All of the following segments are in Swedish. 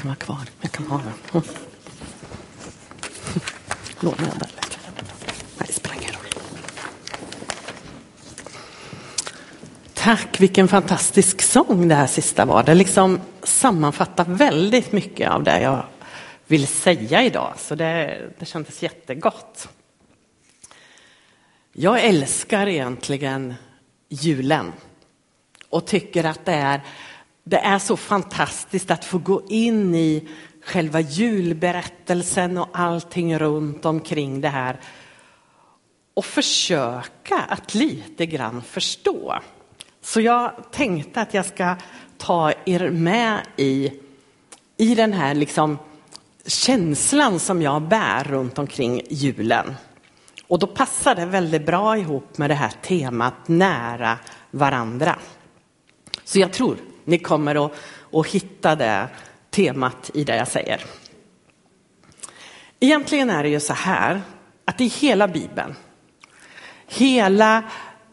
kan vara kvar. Jag kan ha den. Låna den där. Nej, det spelar ingen roll. Tack, vilken fantastisk sång det här sista var. Det liksom sammanfattar väldigt mycket av det jag vill säga idag. Så det kändes jättegott. Jag älskar egentligen julen. Och tycker att det är så fantastiskt att få gå in i själva julberättelsen och allting runt omkring det här. Och försöka att lite grann förstå. Så jag tänkte att jag ska ta er med i den här liksom känslan som jag bär runt omkring julen. Och då passar det väldigt bra ihop med det här temat nära varandra. Så jag tror ni kommer att hitta det temat i det jag säger. Egentligen är det ju så här att i hela Bibeln, hela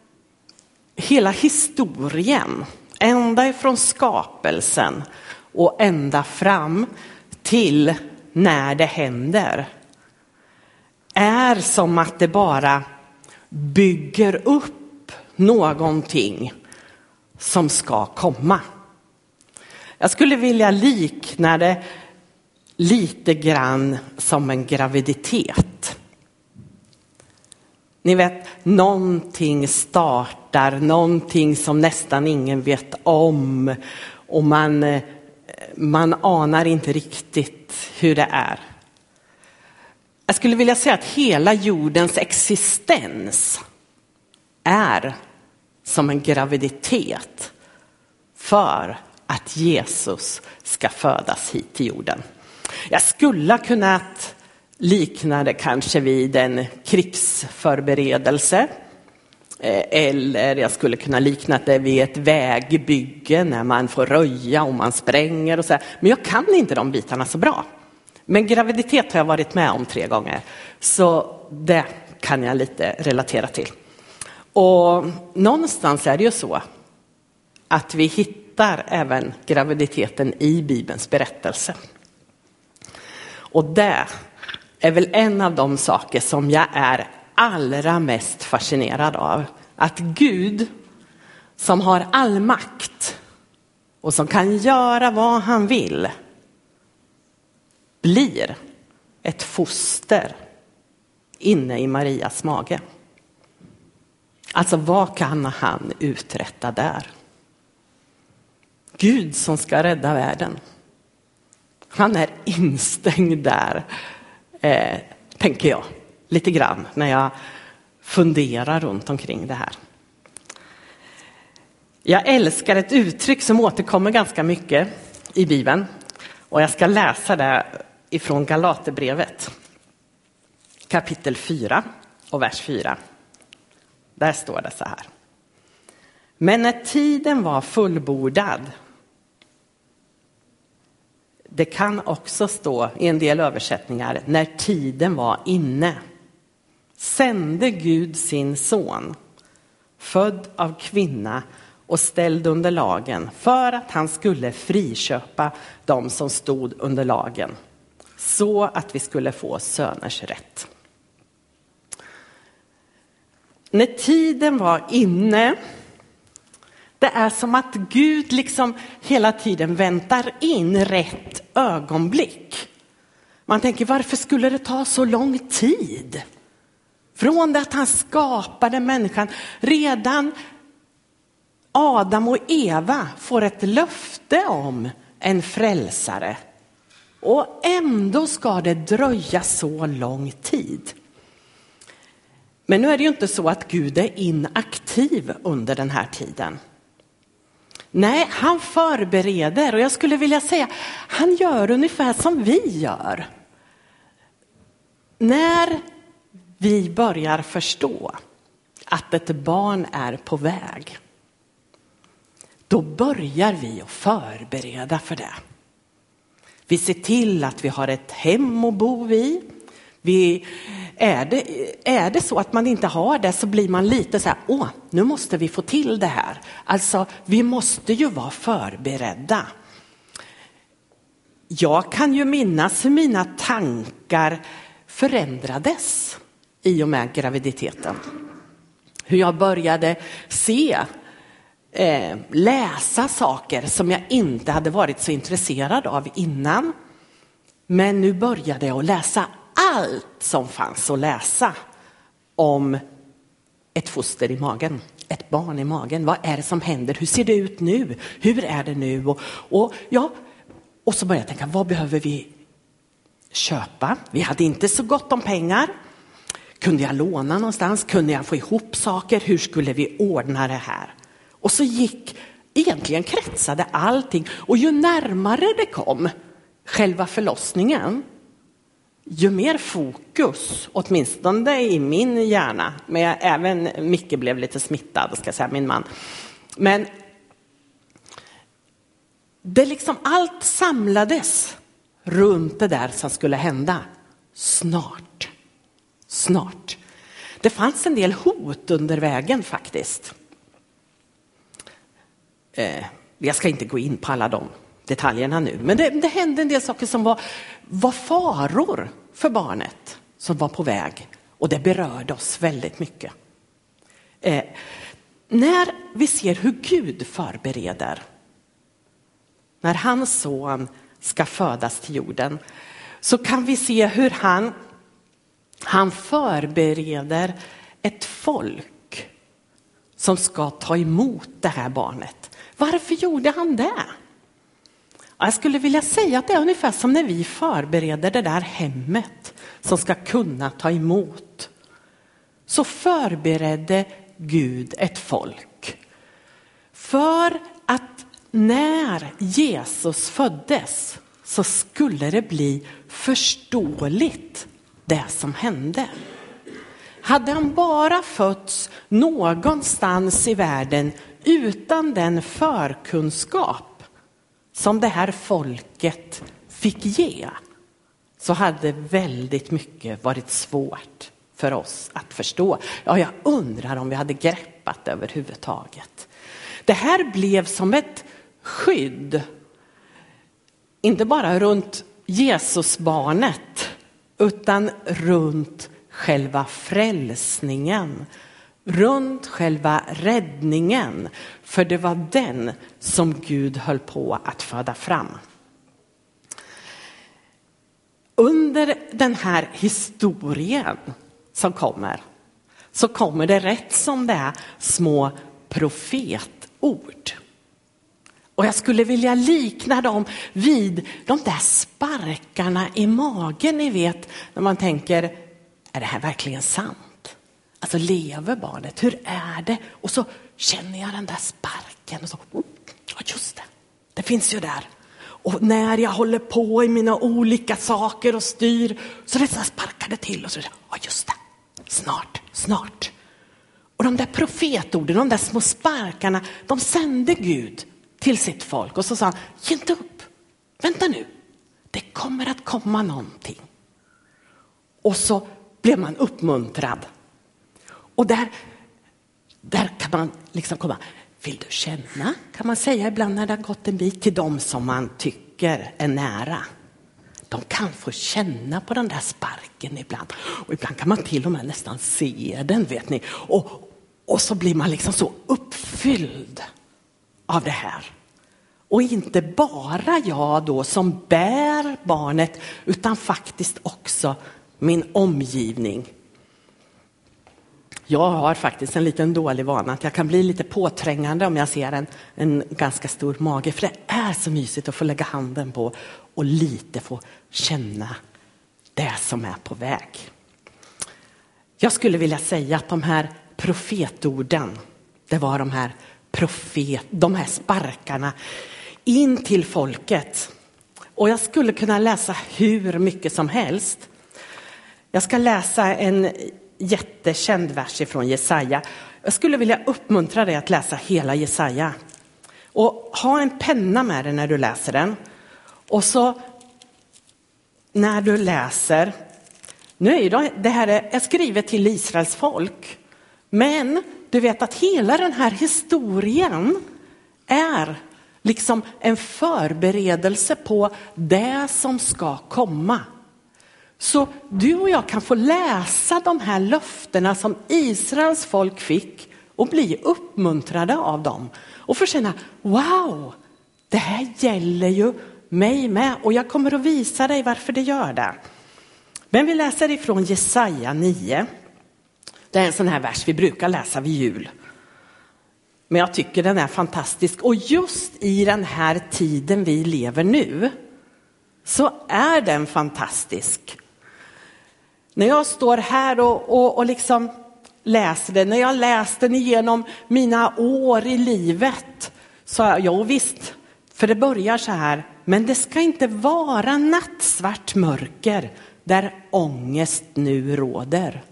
historien, ända ifrån skapelsen och ända fram till när det händer, är som att det bara bygger upp någonting som ska komma. Jag skulle vilja likna det lite grann som en graviditet. Ni vet, någonting startar, någonting som nästan ingen vet om. Och man anar inte riktigt hur det är. Jag skulle vilja säga att hela jordens existens är som en graviditet för att Jesus ska födas hit till jorden. Jag skulle kunnat likna det kanske vid en krigsförberedelse. Eller jag skulle kunna likna det vid ett vägbygge när man får röja och man spränger och så här. Men jag kan inte de bitarna så bra. Men graviditet har jag varit med om 3 gånger. Så det kan jag lite relatera till. Och någonstans är det ju så att vi hittar även graviditeten i Bibelns berättelse. Och det är väl en av de saker som jag är allra mest fascinerad av. Att Gud, som har all makt och som kan göra vad han vill, blir ett foster inne i Marias mage. Alltså vad kan han uträtta där? Gud som ska rädda världen. Han är instängd där, tänker jag. Lite grann när jag funderar runt omkring det här. Jag älskar ett uttryck som återkommer ganska mycket i Bibeln. Och jag ska läsa det ifrån Galaterbrevet. Kapitel 4 och vers 4. Där står det så här. Men när tiden var fullbordad. Det kan också stå i en del översättningar. När tiden var inne. Sände Gud sin son. Född av kvinna och ställd under lagen. För att han skulle friköpa de som stod under lagen. Så att vi skulle få söners rätt. När tiden var inne. Det är som att Gud liksom hela tiden väntar in rätt ögonblick. Man tänker, varför skulle det ta så lång tid? Från det att han skapade människan. Redan Adam och Eva får ett löfte om en frälsare. Och ändå ska det dröja så lång tid. Men nu är det ju inte så att Gud är inaktiv under den här tiden. Nej, han förbereder, och jag skulle vilja säga, han gör ungefär som vi gör. När vi börjar förstå att ett barn är på väg, då börjar vi att förbereda för det. Vi ser till att vi har ett hem att bo i. Är det så att man inte har det, så blir man lite så här, nu måste vi få till det här. Alltså, vi måste ju vara förberedda. jag kan ju minnas hur mina tankar förändrades i och med graviditeten. Hur jag började läsa saker som jag inte hade varit så intresserad av innan. Men nu började jag att läsa allt som fanns att läsa om ett foster i magen, ett barn i magen. Vad är det som händer? Hur ser det ut nu? Hur är det nu? Och så började jag tänka, vad behöver vi köpa? Vi hade inte så gott om pengar. Kunde jag låna någonstans? Kunde jag få ihop saker? Hur skulle vi ordna det här? Och så egentligen kretsade allting. Och ju närmare det kom själva förlossningen, ju mer fokus, åtminstone i min hjärna, men även Micke blev lite smittad, ska jag säga, min man. Men det liksom allt samlades runt det där som skulle hända snart. Det fanns en del hot under vägen faktiskt. Jag ska inte gå in på alla de detaljerna nu, men det hände en del saker som var faror för barnet som var på väg, och det berörde oss väldigt mycket. När vi ser hur Gud förbereder, när hans son ska födas till jorden, så kan vi se hur han förbereder ett folk som ska ta emot det här barnet. Varför gjorde han det? Jag skulle vilja säga att det är ungefär som när vi förbereder det där hemmet som ska kunna ta emot. Så förberedde Gud ett folk. För att när Jesus föddes så skulle det bli förståeligt det som hände. Hade han bara fötts någonstans i världen utan den förkunskap som det här folket fick ge, så hade väldigt mycket varit svårt för oss att förstå. Ja, jag undrar om vi hade greppat överhuvudtaget. Det här blev som ett skydd, inte bara runt Jesusbarnet, utan runt själva frälsningen, runt själva räddningen, för det var den som Gud höll på att föda fram. Under den här historien som så kommer det rätt som det är små profetord. Och jag skulle vilja likna dem vid de där sparkarna i magen, ni vet, när man tänker, är det här verkligen sant? Alltså, lever barnet? Hur är det? Och så känner jag den där sparken och så, ja just det, det finns ju där. Och när jag håller på i mina olika saker och styr, så det så sparkar det till och så, ja just det, snart. Och de där profetorden, de där små sparkarna, de sände Gud till sitt folk. Och så sa han, ge inte upp, vänta nu, det kommer att komma någonting. Och så blev man uppmuntrad. Och där kan man liksom komma, vill du känna, kan man säga ibland när det har gått en bit, till dem som man tycker är nära. De kan få känna på den där sparken ibland. Och ibland kan man till och med nästan se den, vet ni. Och så blir man liksom så uppfylld av det här. Och inte bara jag då som bär barnet, utan faktiskt också min omgivning. Jag har faktiskt en liten dålig vana att jag kan bli lite påträngande om jag ser en ganska stor mage. För det är så mysigt att få lägga handen på och lite få känna det som är på väg. Jag skulle vilja säga att de här profetorden, det var de här sparkarna in till folket. Och jag skulle kunna läsa hur mycket som helst. Jag ska läsa en jättekänd vers från Jesaja. Jag skulle vilja uppmuntra dig att läsa hela Jesaja. Och ha en penna med dig när du läser den. Och så när du läser, nu är ju det här är skrivet till Israels folk. Men du vet att hela den här historien är Liksom en förberedelse på det som ska komma. Så du och jag kan få läsa de här löftena som Israels folk fick och bli uppmuntrade av dem. Och få känna, wow, det här gäller ju mig med. Och jag kommer att visa dig varför det gör det. Men vi läser ifrån Jesaja 9. Det är en sån här vers vi brukar läsa vid jul. Men jag tycker den är fantastisk. Och just i den här tiden vi lever nu så är den fantastisk. När jag står här och liksom läser det, när jag läste den igenom mina år i livet, så ja visst, för det börjar så här, men det ska inte vara nattsvart mörker där ångest nu råder.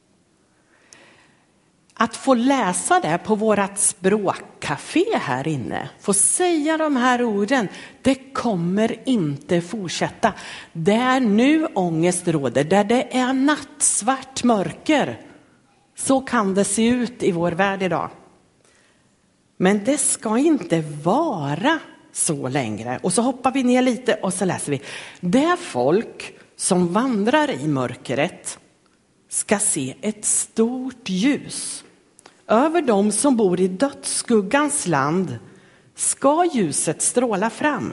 Att få läsa det på vårat språkcafé här inne, få säga de här orden, det kommer inte fortsätta. Där nu ångest råder, där det är nattsvart mörker, så kan det se ut i vår värld idag. Men det ska inte vara så längre. Och så hoppar vi ner lite och så läser vi. Det folk som vandrar i mörkret ska se ett stort ljus. Över dem som bor i dödsskuggans land ska ljuset stråla fram.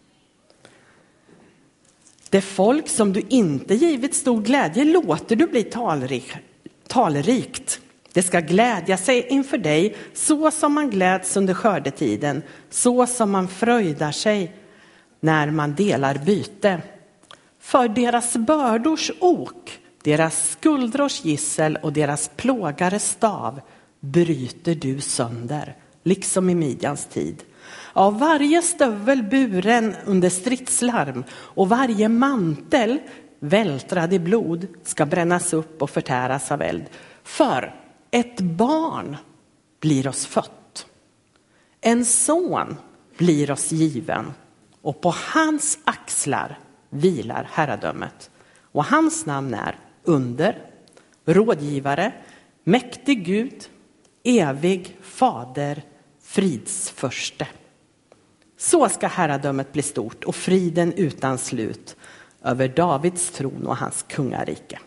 Det folk som du inte givit stor glädje låter du bli talrikt. Det ska glädja sig inför dig så som man gläds under skördetiden, så som man fröjdar sig när man delar byte. För deras bördors ok, deras skuldrors gissel och deras plågares stav bryter du sönder, liksom i Midjans tid. Av varje stövel buren under stridslarm och varje mantel vältrad i blod ska brännas upp och förtäras av eld. För ett barn blir oss fött, en son blir oss given, och på hans axlar vilar herradömet. Och hans namn är Under, Rådgivare, Mäktig Gud, Evig Fader, Fridsförste. Så ska herradömet bli stort och friden utan slut över Davids tron och hans kungarike.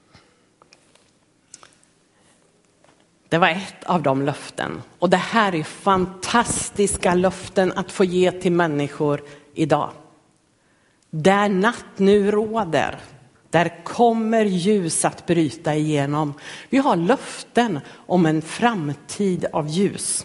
Det var ett av de löften. Och det här är fantastiska löften att få ge till människor idag. Där natt nu råder, där kommer ljus att bryta igenom. Vi har löften om en framtid av ljus.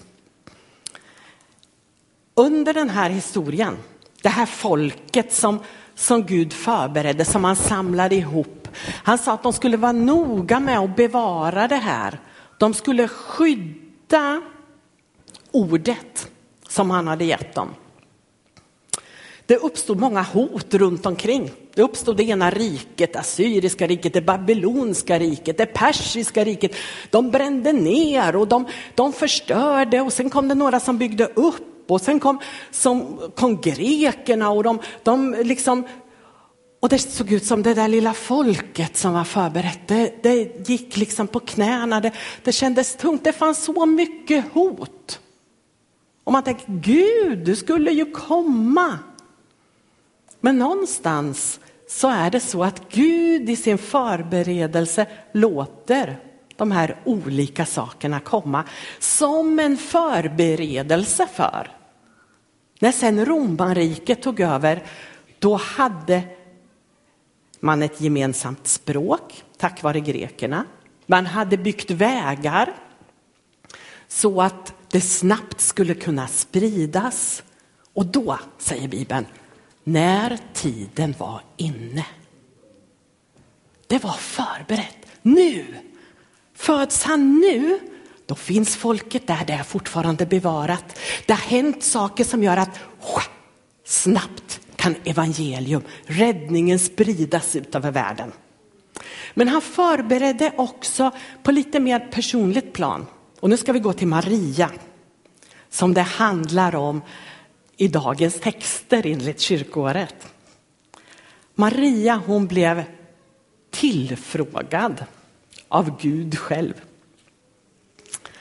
Under den här historien, det här folket som Gud förberedde, som han samlade ihop. Han sa att de skulle vara noga med att bevara det här. De skulle skydda ordet som han hade gett dem. Det uppstod många hot runt omkring. Det uppstod det ena riket, assyriska riket, det babylonska riket, det persiska riket. De brände ner och de förstörde, och sen kom det några som byggde upp. Och sen kom grekerna och de liksom, och det såg ut som det där lilla folket som var förberett. Det gick liksom på knäna, det kändes tungt, det fanns så mycket hot. Och man tänkte, Gud, du skulle ju komma. Men någonstans så är det så att Gud i sin förberedelse låter de här olika sakerna komma som en förberedelse för. När sen romarriket tog över, då hade man ett gemensamt språk tack vare grekerna. Man hade byggt vägar så att det snabbt skulle kunna spridas. Och då, säger Bibeln, när tiden var inne. Det var förberett. Nu föds han nu, då finns folket där, det är fortfarande bevarat. Det har hänt saker som gör att snabbt kan evangelium, räddningen spridas ut över världen. Men han förberedde också på lite mer personligt plan. Och nu ska vi gå till Maria, som det handlar om i dagens texter enligt kyrkoåret. Maria, hon blev tillfrågad av Gud själv.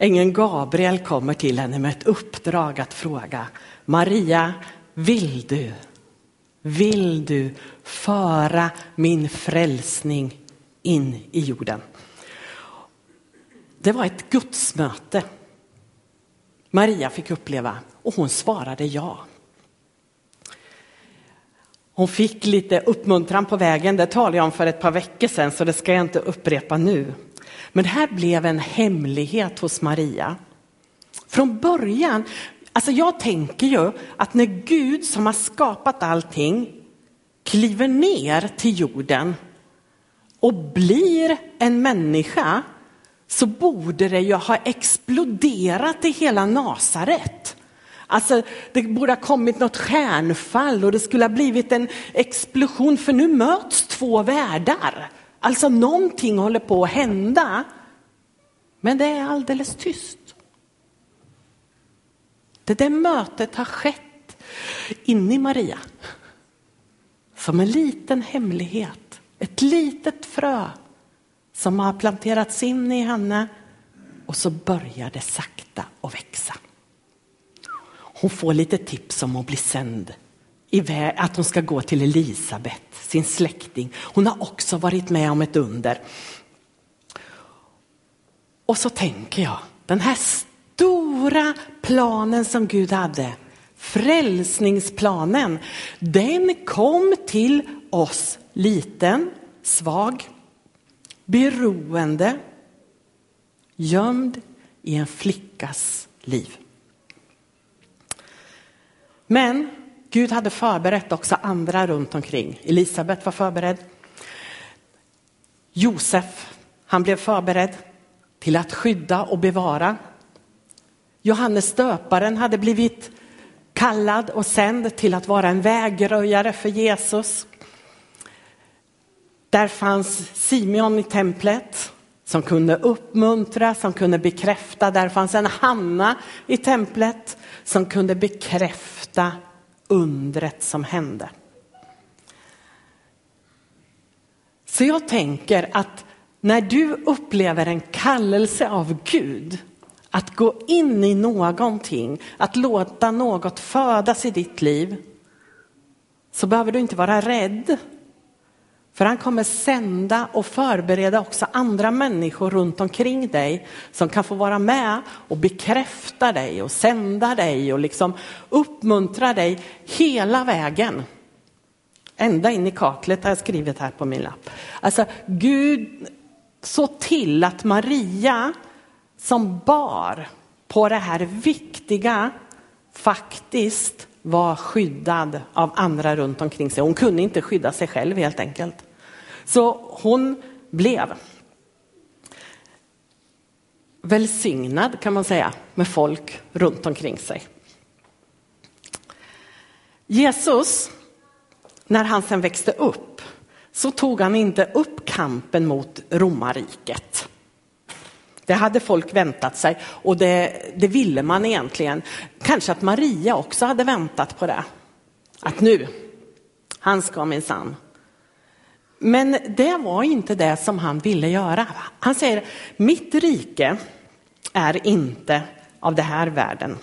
Ängeln Gabriel kommer till henne med ett uppdrag att fråga: Maria, vill du föra min frälsning in i jorden? Det var ett gudsmöte Maria fick uppleva och hon svarade ja. Hon fick lite uppmuntran på vägen, det talade jag om för ett par veckor sedan så det ska jag inte upprepa nu. Men det här blev en hemlighet hos Maria. Från början, alltså jag tänker ju att när Gud som har skapat allting kliver ner till jorden och blir en människa, så borde det ju ha exploderat i hela Nasaret. Alltså det borde ha kommit något stjärnfall och det skulle ha blivit en explosion, för nu möts två världar. Alltså någonting håller på att hända. Men det är alldeles tyst. Det där mötet har skett inne i Maria. Som en liten hemlighet. Ett litet frö som har planterats in i henne. Och så börjar det sakta att växa. Hon får lite tips om att bli sänd. Att hon ska gå till Elisabet, sin släkting. Hon har också varit med om ett under. Och så tänker jag, den här stora planen som Gud hade, frälsningsplanen, den kom till oss liten, svag, beroende, gömd i en flickas liv. Men Gud hade förberett också andra runt omkring. Elisabet var förberedd. Josef, han blev förberedd till att skydda och bevara. Johannes döparen hade blivit kallad och sänd till att vara en vägröjare för Jesus. Där fanns Simeon i templet som kunde uppmuntra, som kunde bekräfta. Där fanns en Hanna i templet som kunde bekräfta undret som hände. Så jag tänker att när du upplever en kallelse av Gud att gå in i någonting, att låta något födas i ditt liv, så behöver du inte vara rädd. För han kommer sända och förbereda också andra människor runt omkring dig som kan få vara med och bekräfta dig och sända dig och liksom uppmuntra dig hela vägen. Ända in i kaklet har jag skrivit här på min lapp. Alltså Gud så till att Maria som bar på det här viktiga faktiskt var skyddad av andra runt omkring sig. Hon kunde inte skydda sig själv helt enkelt. Så hon blev välsignad kan man säga med folk runt omkring sig. Jesus, när han sen växte upp, så tog han inte upp kampen mot romarriket. Det hade folk väntat sig och det ville man egentligen. Kanske att Maria också hade väntat på det. Att nu, han ska minsann. Men det var inte det som han ville göra. Han säger, mitt rike är inte av det här världen.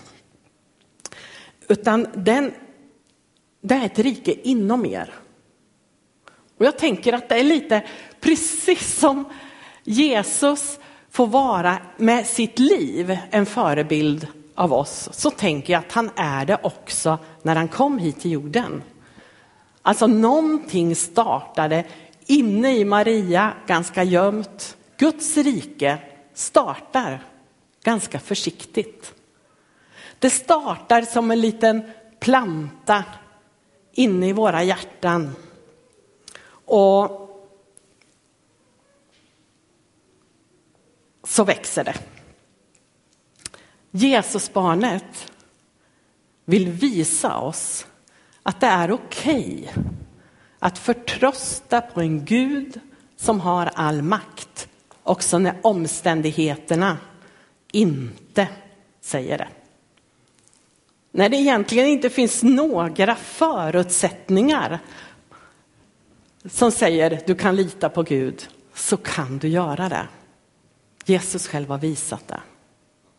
Utan det är ett rike inom er. Och jag tänker att det är lite precis som Jesus får vara med sitt liv en förebild av oss, så tänker jag att han är det också när han kom hit till jorden. Alltså någonting startade inne i Maria, ganska gömt. Guds rike startar ganska försiktigt. Det startar som en liten planta inne i våra hjärtan. Och så växer det. Jesusbarnet vill visa oss att det är okej att förtrösta på en Gud som har all makt, också när omständigheterna inte säger det. När det egentligen inte finns några förutsättningar som säger du kan lita på Gud, så kan du göra det. Jesus själv har visat det.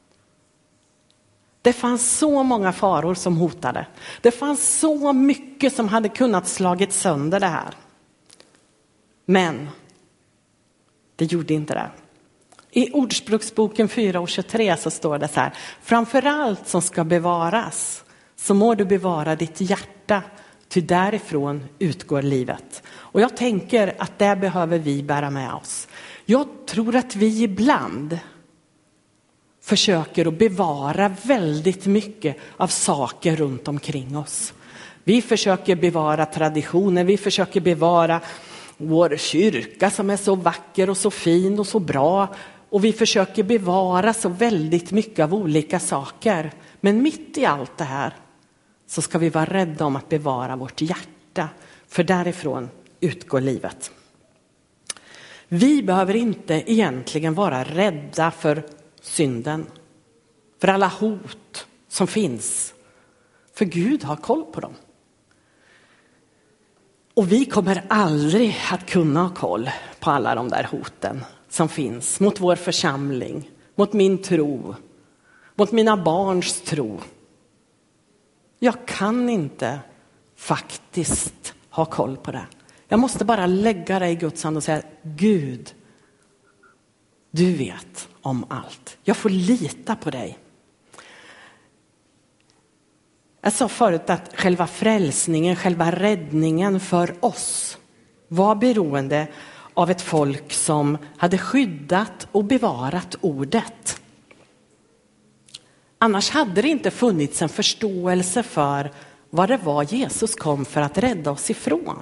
Det fanns så många faror som hotade. Det fanns så mycket som hade kunnat slagit sönder det här. Men det gjorde inte det. I Ordspråksboken 4:23 så står det så här: framför allt som ska bevaras så må du bevara ditt hjärta, ty därifrån utgår livet. Och jag tänker att det behöver vi bära med oss. Jag tror att vi ibland försöker att bevara väldigt mycket av saker runt omkring oss. Vi försöker bevara traditioner, vi försöker bevara vår kyrka som är så vacker och så fin och så bra. Och vi försöker bevara så väldigt mycket av olika saker. Men mitt i allt det här så ska vi vara rädda om att bevara vårt hjärta. För därifrån utgår livet. Vi behöver inte egentligen vara rädda för synden. För alla hot som finns. För Gud har koll på dem. Och vi kommer aldrig att kunna ha koll på alla de där hoten som finns mot vår församling, mot min tro, mot mina barns tro. Jag kan inte faktiskt ha koll på det. Jag måste bara lägga det i Guds hand och säga: Gud, du vet om allt. Jag får lita på dig. Jag sa förut att själva frälsningen, själva räddningen för oss var beroende av ett folk som hade skyddat och bevarat ordet. Annars hade det inte funnits en förståelse för vad det var Jesus kom för att rädda oss ifrån.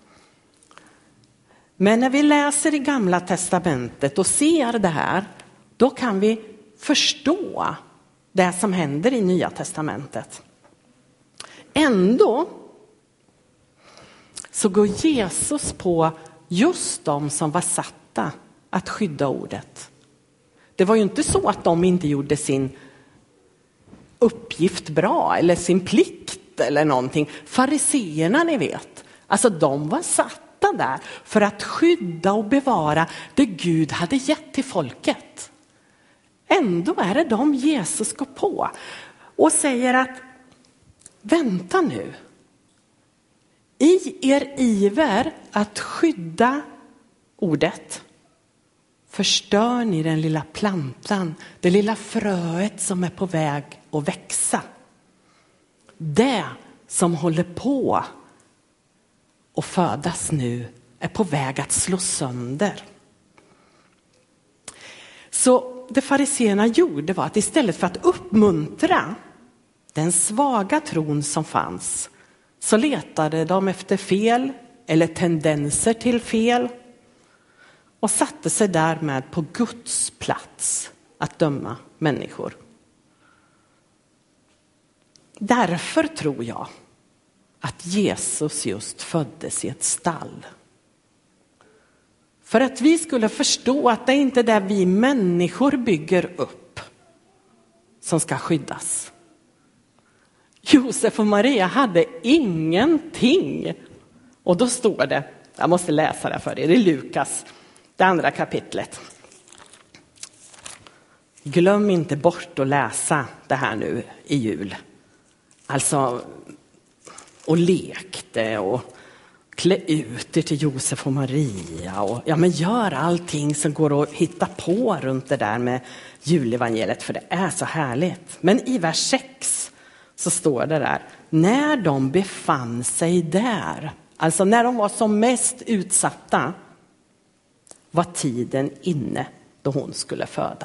Men när vi läser i Gamla testamentet och ser det här, då kan vi förstå det som händer i Nya testamentet. Ändå så går Jesus på just de som var satta att skydda ordet. Det var ju inte så att de inte gjorde sin uppgift bra eller sin plikt eller någonting. Fariseerna, ni vet, alltså de var satta där för att skydda och bevara det Gud hade gett till folket. Ändå är det de Jesus går på och säger att vänta nu. I er iver att skydda ordet förstör ni den lilla plantan, det lilla fröet som är på väg att växa. Det som håller på att födas nu är på väg att slå sönder. Så det fariseerna gjorde var att istället för att uppmuntra den svaga tron som fanns, så letade de efter fel eller tendenser till fel och satte sig därmed på Guds plats att döma människor. Därför tror jag att Jesus just föddes i ett stall. För att vi skulle förstå att det inte är det vi människor bygger upp som ska skyddas. Josef och Maria hade ingenting. Och då står det, jag måste läsa det för er, det är Lukas, det andra kapitlet. Glöm inte bort att läsa det här nu i jul. Alltså, och lekte och klä ut er till Josef och Maria. Och, ja, men gör allting som går att hitta på runt det där med julevangeliet, för det är så härligt. Men i vers 6 så står det där, när de befann sig där, alltså när de var som mest utsatta, var tiden inne då hon skulle föda.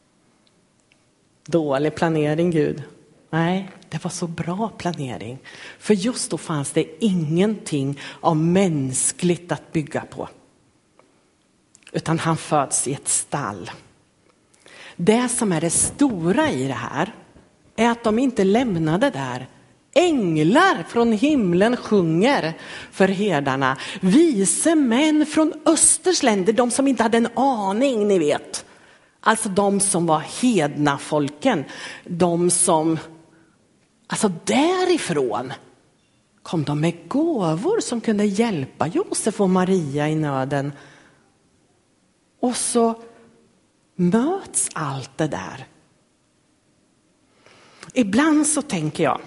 Dålig planering, Gud. Nej, det var så bra planering. För just då fanns det ingenting av mänskligt att bygga på. Utan han föds i ett stall. Det som är det stora i det här är att de inte lämnade där. Änglar från himlen sjunger för herdarna. Vise män från Östers länder, de som inte hade en aning, ni vet. Alltså de som var hedna folken. De som, alltså därifrån kom de med gåvor som kunde hjälpa Josef och Maria i nöden. Och så möts allt det där. Ibland så tänker jag,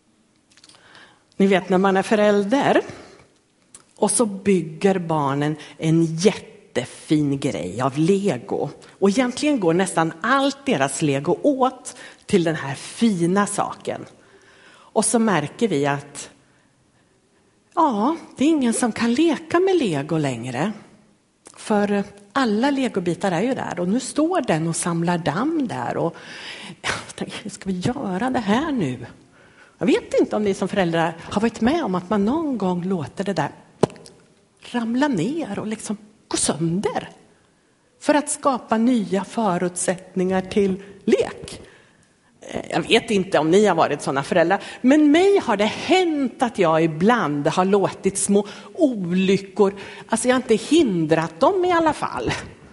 ni vet när man är förälder och så bygger barnen en jättefin grej av Lego. Och egentligen går nästan allt deras Lego åt till den här fina saken. Och så märker vi att det är ingen som kan leka med Lego längre. För alla legobitar är ju där och nu står den och samlar damm där. Och jag tänker, ska vi göra det här nu? Jag vet inte om ni som föräldrar har varit med om att man någon gång låter det där ramla ner och liksom gå sönder. För att skapa nya förutsättningar till lek. Jag vet inte om ni har varit sådana föräldrar, men mig har det hänt att jag ibland har låtit små olyckor, alltså jag har inte hindrat dem i alla fall,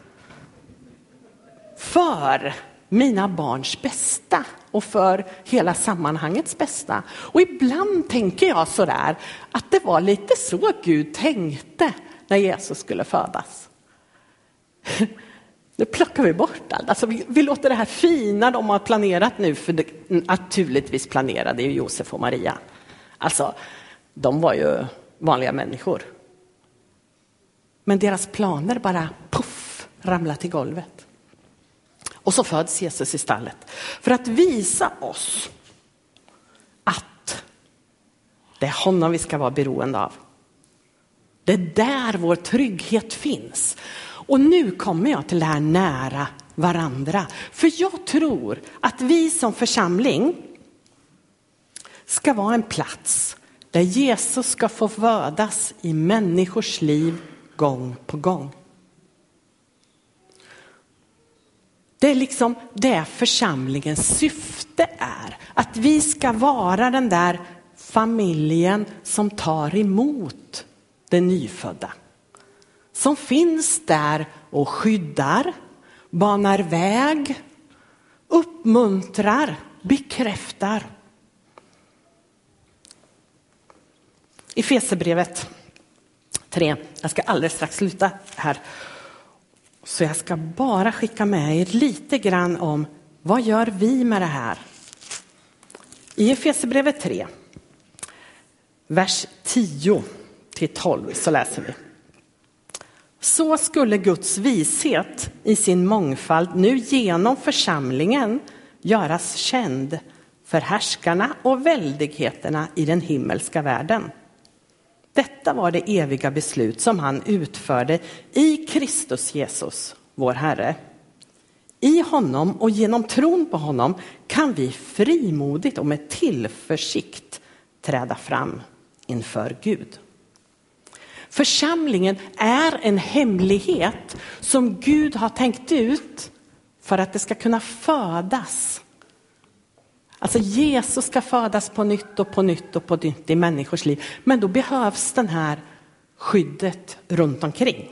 för mina barns bästa och för hela sammanhangets bästa. Och ibland tänker jag sådär att det var lite så Gud tänkte när Jesus skulle födas. Nu plockar vi bort allt. Alltså vi låter det här fina de har planerat nu, för det, naturligtvis planerade ju Josef och Maria. Alltså, de var ju vanliga människor. Men deras planer bara ramlade till golvet. Och så föds Jesus i stallet. För att visa oss att det är honom vi ska vara beroende av. Det är där vår trygghet finns. Och nu kommer jag till det här nära varandra. För jag tror att vi som församling ska vara en plats där Jesus ska få födas i människors liv gång på gång. Det är liksom det församlingens syfte är. Att vi ska vara den där familjen som tar emot det nyfödda. Som finns där och skyddar, banar väg, uppmuntrar, bekräftar. I Efesierbrevet 3, jag ska alldeles strax sluta här. Så jag ska bara skicka med er lite grann om vad gör vi med det här. I Efesierbrevet 3, vers 10-12 så läser vi. Så skulle Guds vishet i sin mångfald nu genom församlingen göras känd för härskarna och väldigheterna i den himmelska världen. Detta var det eviga beslut som han utförde i Kristus Jesus, vår Herre. I honom och genom tron på honom kan vi frimodigt och med tillförsikt träda fram inför Gud. Församlingen är en hemlighet som Gud har tänkt ut för att det ska kunna födas. Alltså Jesus ska födas på nytt och på nytt och på nytt i människors liv. Men då behövs den här skyddet runt omkring.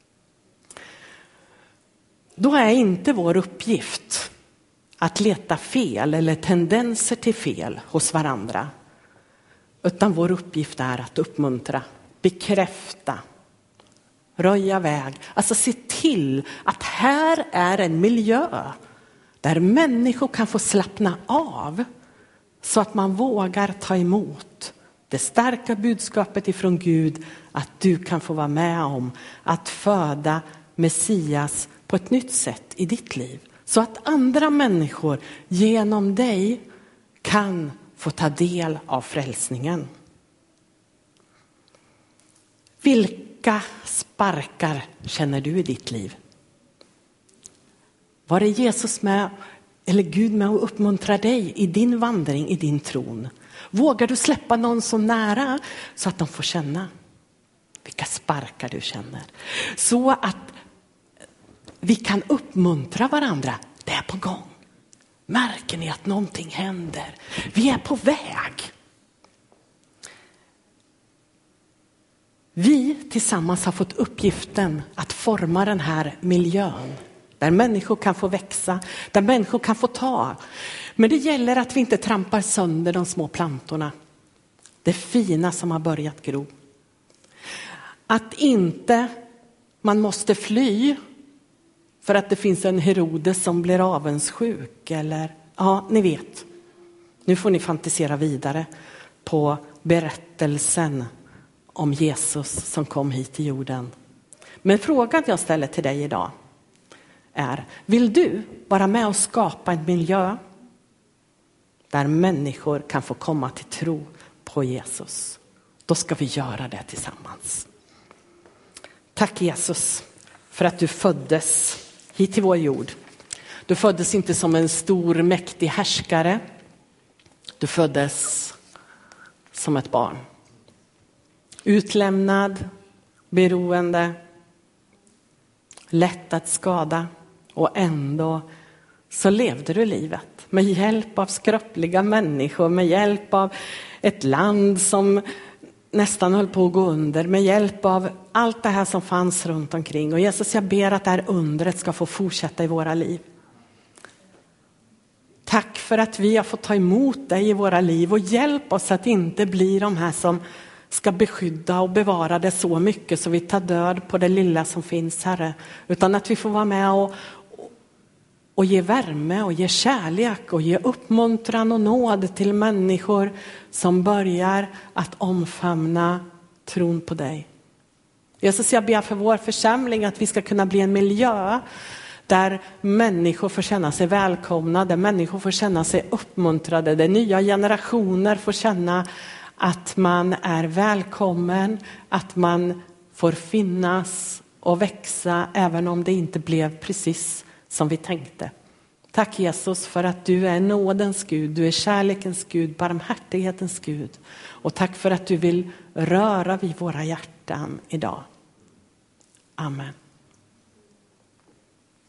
Då är inte vår uppgift att leta fel eller tendenser till fel hos varandra. Utan vår uppgift är att uppmuntra, bekräfta, röja väg. Alltså se till att här är en miljö där människor kan få slappna av så att man vågar ta emot det starka budskapet ifrån Gud att du kan få vara med om att föda Messias på ett nytt sätt i ditt liv. Så att andra människor genom dig kan få ta del av frälsningen. Vilka sparkar känner du i ditt liv? Var är Jesus med eller Gud med att uppmuntra dig i din vandring, i din tron? Vågar du släppa någon så nära så att de får känna vilka sparkar du känner? Så att vi kan uppmuntra varandra. Det är på gång. Märker ni att någonting händer? Vi är på väg. Vi tillsammans har fått uppgiften att forma den här miljön. Där människor kan få växa, där människor kan få ta. Men det gäller att vi inte trampar sönder de små plantorna. Det fina som har börjat gro. Att inte man måste fly för att det finns en Herodes som blir avundsjuk. Eller, ja, ni vet. Nu får ni fantisera vidare på berättelsen om Jesus som kom hit till jorden. Men frågan jag ställer till dig idag är: vill du vara med och skapa en miljö där människor kan få komma till tro på Jesus? Då ska vi göra det tillsammans. Tack Jesus för att du föddes hit till vår jord. Du föddes inte som en stor mäktig härskare. Du föddes som ett barn. Utlämnad, beroende, lätt att skada, och ändå så levde du livet med hjälp av skröpliga människor, med hjälp av ett land som nästan höll på att gå under, med hjälp av allt det här som fanns runt omkring. Och Jesus, jag ber att det här undret ska få fortsätta i våra liv. Tack för att vi har fått ta emot dig i våra liv, och hjälp oss att inte bli de här som ska beskydda och bevara det så mycket så vi tar död på det lilla som finns, Herre. Utan att vi får vara med och ge värme och ge kärlek och ge uppmuntran och nåd till människor som börjar att omfamna tron på dig. Jesus, jag ber för vår församling att vi ska kunna bli en miljö där människor får känna sig välkomna, där människor får känna sig uppmuntrade, där nya generationer får känna att man är välkommen, att man får finnas och växa även om det inte blev precis som vi tänkte. Tack Jesus för att du är nådens Gud, du är kärlekens Gud, barmhärtighetens Gud. Och tack för att du vill röra vid våra hjärtan idag. Amen.